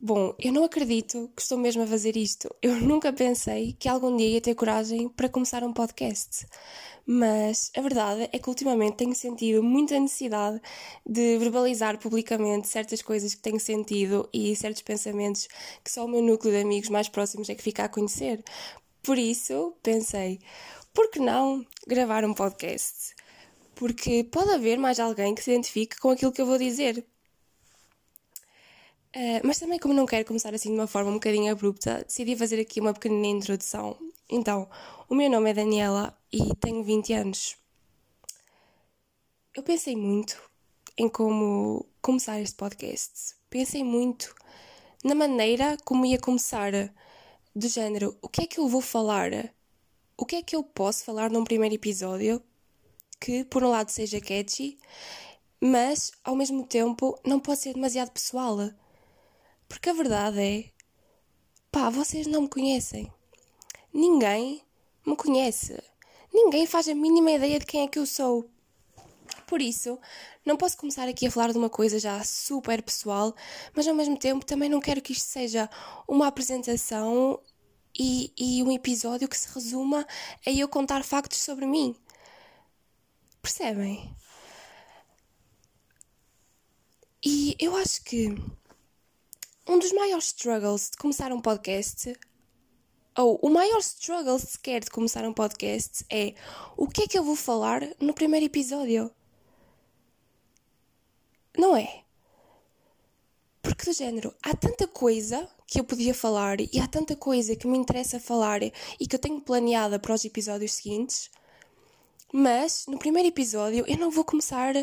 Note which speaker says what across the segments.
Speaker 1: Bom, eu não acredito que estou mesmo a fazer isto. Eu nunca pensei que algum dia ia ter coragem para começar um podcast. Mas a verdade é que ultimamente tenho sentido muita necessidade de verbalizar publicamente certas coisas que tenho sentido e certos pensamentos que só o meu núcleo de amigos mais próximos é que fica a conhecer. Por isso, pensei, por que não gravar um podcast? Porque pode haver mais alguém que se identifique com aquilo que eu vou dizer. Mas também, como não quero começar assim de uma forma um bocadinho abrupta, decidi fazer aqui uma pequenina introdução. Então, o meu nome é Daniela e tenho 20 anos. Eu pensei muito em como começar este podcast. Pensei muito na maneira como ia começar, do género, o que é que eu vou falar? O que é que eu posso falar num primeiro episódio que, por um lado, seja catchy, mas, ao mesmo tempo, não pode ser demasiado pessoal. Porque a verdade é, vocês não me conhecem. Ninguém me conhece. Ninguém faz a mínima ideia de quem é que eu sou. Por isso, não posso começar aqui a falar de uma coisa já super pessoal, mas ao mesmo tempo também não quero que isto seja uma apresentação e um episódio que se resuma a eu contar factos sobre mim. Percebem? E eu acho que um dos maiores struggles de começar um podcast, ou o maior struggle sequer de começar um podcast, é o que é que eu vou falar no primeiro episódio. Não é? Porque do género, há tanta coisa que eu podia falar e há tanta coisa que me interessa falar e que eu tenho planeada para os episódios seguintes, mas no primeiro episódio eu não vou começar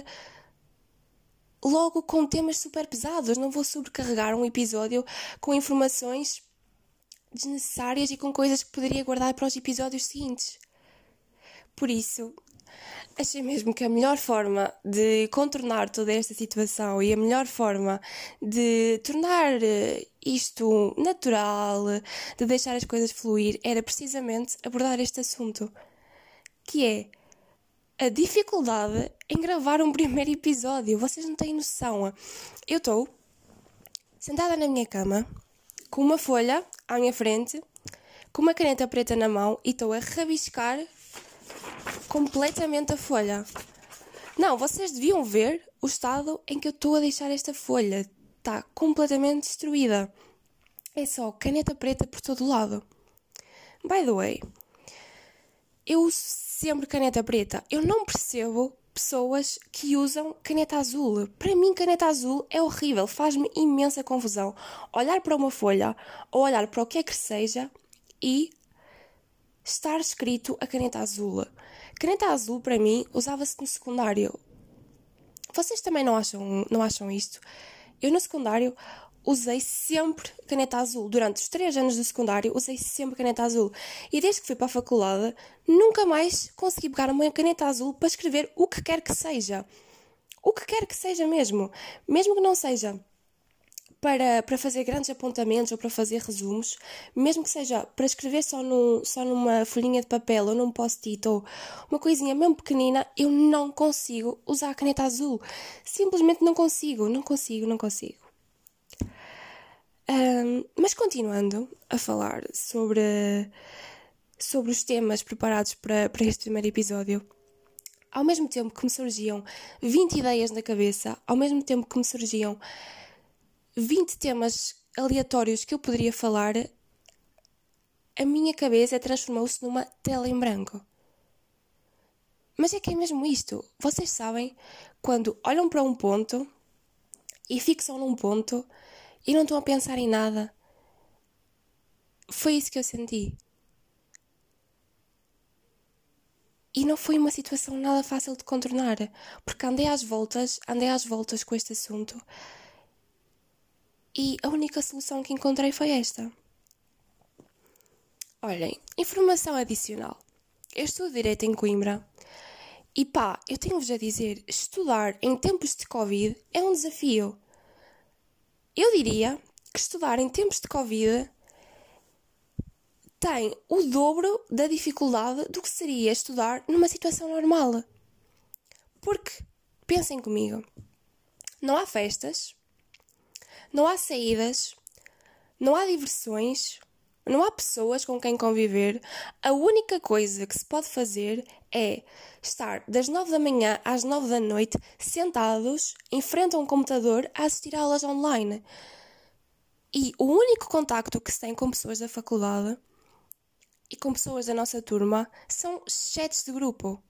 Speaker 1: logo com temas super pesados, não vou sobrecarregar um episódio com informações desnecessárias e com coisas que poderia guardar para os episódios seguintes. Por isso, achei mesmo que a melhor forma de contornar toda esta situação e a melhor forma de tornar isto natural, de deixar as coisas fluir, era precisamente abordar este assunto, que é a dificuldade em gravar um primeiro episódio. Vocês não têm noção. Eu estou sentada na minha cama, com uma folha à minha frente, com uma caneta preta na mão e estou a rabiscar completamente a folha. Não, vocês deviam ver o estado em que eu estou a deixar esta folha. Está completamente destruída. É só caneta preta por todo o lado. By the way, eu uso sempre caneta preta. Eu não percebo pessoas que usam caneta azul. Para mim, caneta azul é horrível. Faz-me imensa confusão olhar para uma folha ou olhar para o que é que seja e estar escrito a caneta azul. Caneta azul, para mim, usava-se no secundário. Vocês também não acham isto? Eu no secundário usei sempre caneta azul. Durante os 3 anos do secundário usei sempre caneta azul. E desde que fui para a faculdade nunca mais consegui pegar uma caneta azul para escrever o que quer que seja. O que quer que seja mesmo. Mesmo que não seja para fazer grandes apontamentos ou para fazer resumos, mesmo que seja para escrever só numa folhinha de papel ou num post-it ou uma coisinha mesmo pequenina, eu não consigo usar a caneta azul. Simplesmente não consigo. Mas continuando a falar sobre os temas preparados para este primeiro episódio, ao mesmo tempo que me surgiam 20 ideias na cabeça, ao mesmo tempo que me surgiam 20 temas aleatórios que eu poderia falar, a minha cabeça transformou-se numa tela em branco. Mas é que é mesmo isto. Vocês sabem, quando olham para um ponto e fixam num ponto e não estão a pensar em nada. Foi isso que eu senti. E não foi uma situação nada fácil de contornar, porque andei às voltas com este assunto e a única solução que encontrei foi esta. Olhem, informação adicional. Eu estudo Direito em Coimbra e eu tenho-vos a dizer, estudar em tempos de Covid é um desafio. Eu diria que estudar em tempos de Covid tem o dobro da dificuldade do que seria estudar numa situação normal. Porque, pensem comigo, não há festas, não há saídas, não há diversões, não há pessoas com quem conviver. A única coisa que se pode fazer é estar das 9 da manhã às 9 da noite sentados em frente a um computador a assistir a aulas online. E o único contacto que se tem com pessoas da faculdade e com pessoas da nossa turma são chats de grupo.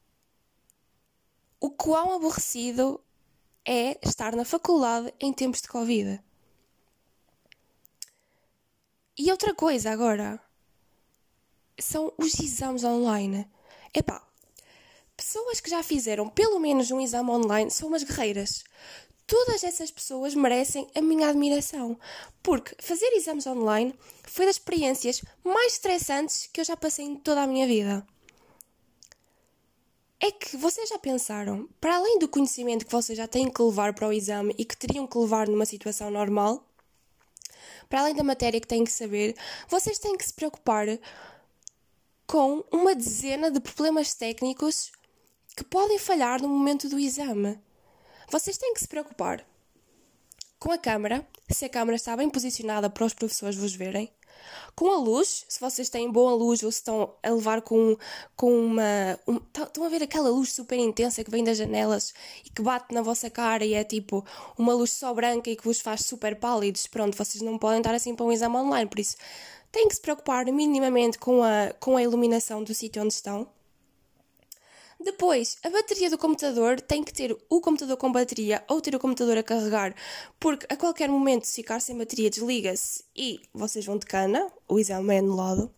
Speaker 1: O quão aborrecido é estar na faculdade em tempos de Covid. E outra coisa agora são os exames online. Epá, pessoas que já fizeram pelo menos um exame online são umas guerreiras. Todas essas pessoas merecem a minha admiração, porque fazer exames online foi das experiências mais estressantes que eu já passei em toda a minha vida. É que vocês já pensaram, para além do conhecimento que vocês já têm que levar para o exame e que teriam que levar numa situação normal, para além da matéria que têm que saber, vocês têm que se preocupar com uma dezena de problemas técnicos que podem falhar no momento do exame. Vocês têm que se preocupar com a câmara, se a câmara está bem posicionada para os professores vos verem, com a luz, se vocês têm boa luz ou se estão a levar com uma... Estão a ver aquela luz super intensa que vem das janelas e que bate na vossa cara e é tipo uma luz só branca e que vos faz super pálidos. Pronto, vocês não podem estar assim para um exame online, por isso têm que se preocupar minimamente com a iluminação do sítio onde estão. Depois, a bateria do computador tem que ter o computador com bateria ou ter o computador a carregar, porque a qualquer momento, se ficar sem bateria, desliga-se e vocês vão de cana, o exame é anulado.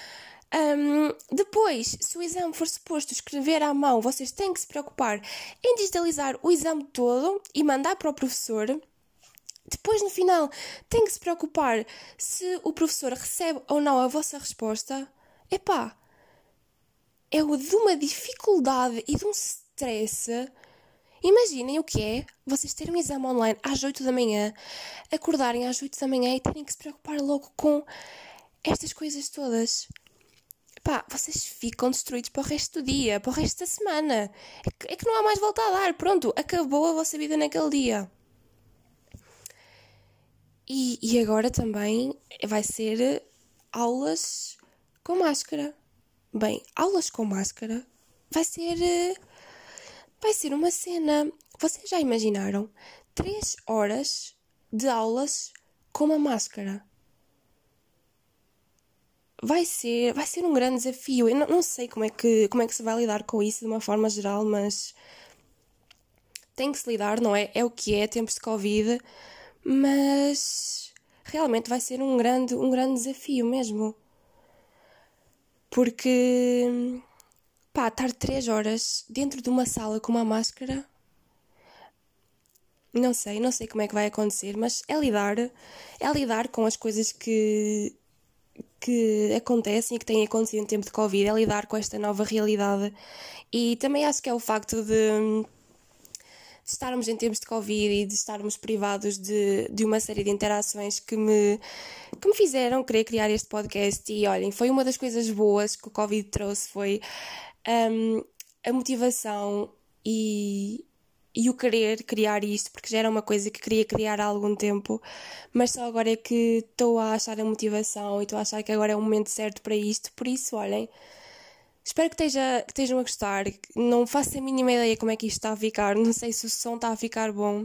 Speaker 1: Depois, se o exame for suposto escrever à mão, vocês têm que se preocupar em digitalizar o exame todo e mandar para o professor. Depois, no final, têm que se preocupar se o professor recebe ou não a vossa resposta. Epá! É o de uma dificuldade e de um stress. Imaginem o que é vocês terem um exame online às 8 da manhã, acordarem às 8 da manhã e terem que se preocupar logo com estas coisas todas. Pá, vocês ficam destruídos para o resto do dia, para o resto da semana. É que não há mais volta a dar. Pronto, acabou a vossa vida naquele dia. E agora também vai ser aulas com máscara. Bem, aulas com máscara vai ser uma cena. Vocês já imaginaram 3 horas de aulas com uma máscara? Vai ser um grande desafio. Eu não sei como é que se vai lidar com isso de uma forma geral, mas tem que se lidar, não é? É o que é, tempos de Covid, mas realmente vai ser um grande desafio mesmo. Porque, pá, estar 3 horas dentro de uma sala com uma máscara, não sei como é que vai acontecer, mas é lidar com as coisas que acontecem e que têm acontecido em tempo de Covid, é lidar com esta nova realidade. E também acho que é o facto de estarmos em tempos de Covid e de estarmos privados de uma série de interações que me fizeram querer criar este podcast. E olhem, foi uma das coisas boas que o Covid trouxe, foi a motivação e o querer criar isto, porque já era uma coisa que queria criar há algum tempo, mas só agora é que estou a achar a motivação e estou a achar que agora é o momento certo para isto. Por isso, olhem, espero que estejam a gostar. Não faço a mínima ideia como é que isto está a ficar. Não sei se o som está a ficar bom.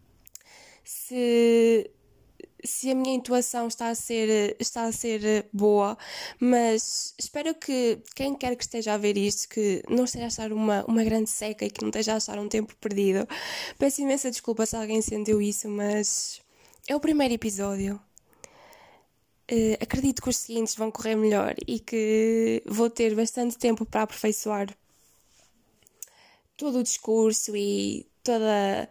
Speaker 1: Se a minha intuação está a ser boa. Mas espero que quem quer que esteja a ver isto, que não esteja a achar uma grande seca e que não esteja a achar um tempo perdido. Peço imensa desculpa se alguém sentiu isso, mas é o primeiro episódio. Acredito que os seguintes vão correr melhor e que vou ter bastante tempo para aperfeiçoar todo o discurso e toda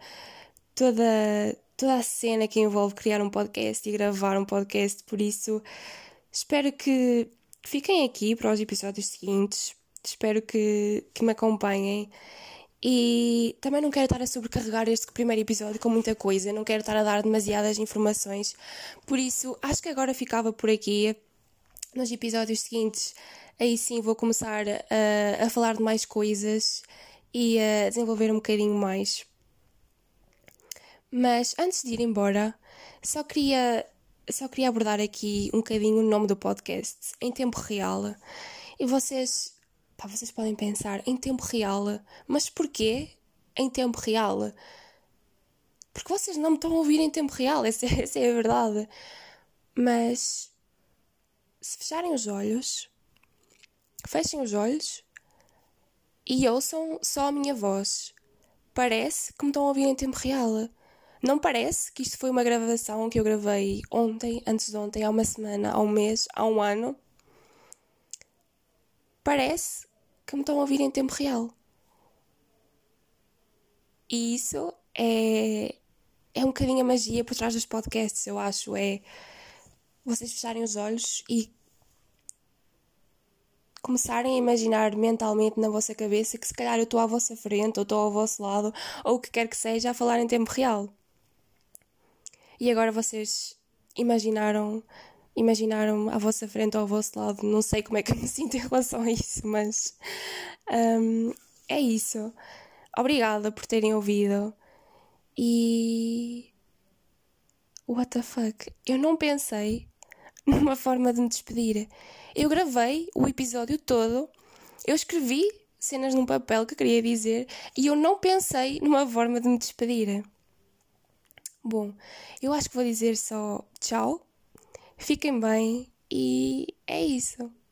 Speaker 1: a cena que envolve criar um podcast e gravar um podcast. Por isso, espero que fiquem aqui para os episódios seguintes. Espero que me acompanhem. E também não quero estar a sobrecarregar este primeiro episódio com muita coisa, não quero estar a dar demasiadas informações, por isso acho que agora ficava por aqui. Nos episódios seguintes, aí sim vou começar a falar de mais coisas e a desenvolver um bocadinho mais. Mas antes de ir embora, só queria só queria abordar aqui um bocadinho o nome do podcast, em tempo real. E vocês podem pensar, em tempo real, mas porquê em tempo real? Porque vocês não me estão a ouvir em tempo real, essa é a verdade. Mas, se fecharem os olhos, fechem os olhos e ouçam só a minha voz. Parece que me estão a ouvir em tempo real. Não parece que isto foi uma gravação que eu gravei ontem, antes de ontem, há uma semana, há um mês, há um ano. Parece que me estão a ouvir em tempo real. E isso é um bocadinho a magia por trás dos podcasts, eu acho. É vocês fecharem os olhos e começarem a imaginar mentalmente na vossa cabeça que se calhar eu estou à vossa frente, ou estou ao vosso lado, ou o que quer que seja, a falar em tempo real. E agora vocês imaginaram à vossa frente ou ao vosso lado, não sei como é que eu me sinto em relação a isso, mas é isso. Obrigada por terem ouvido. E what the fuck? Eu não pensei numa forma de me despedir. Eu gravei o episódio todo, eu escrevi cenas num papel que queria dizer e eu não pensei numa forma de me despedir. Bom, eu acho que vou dizer só tchau, fiquem bem e é isso.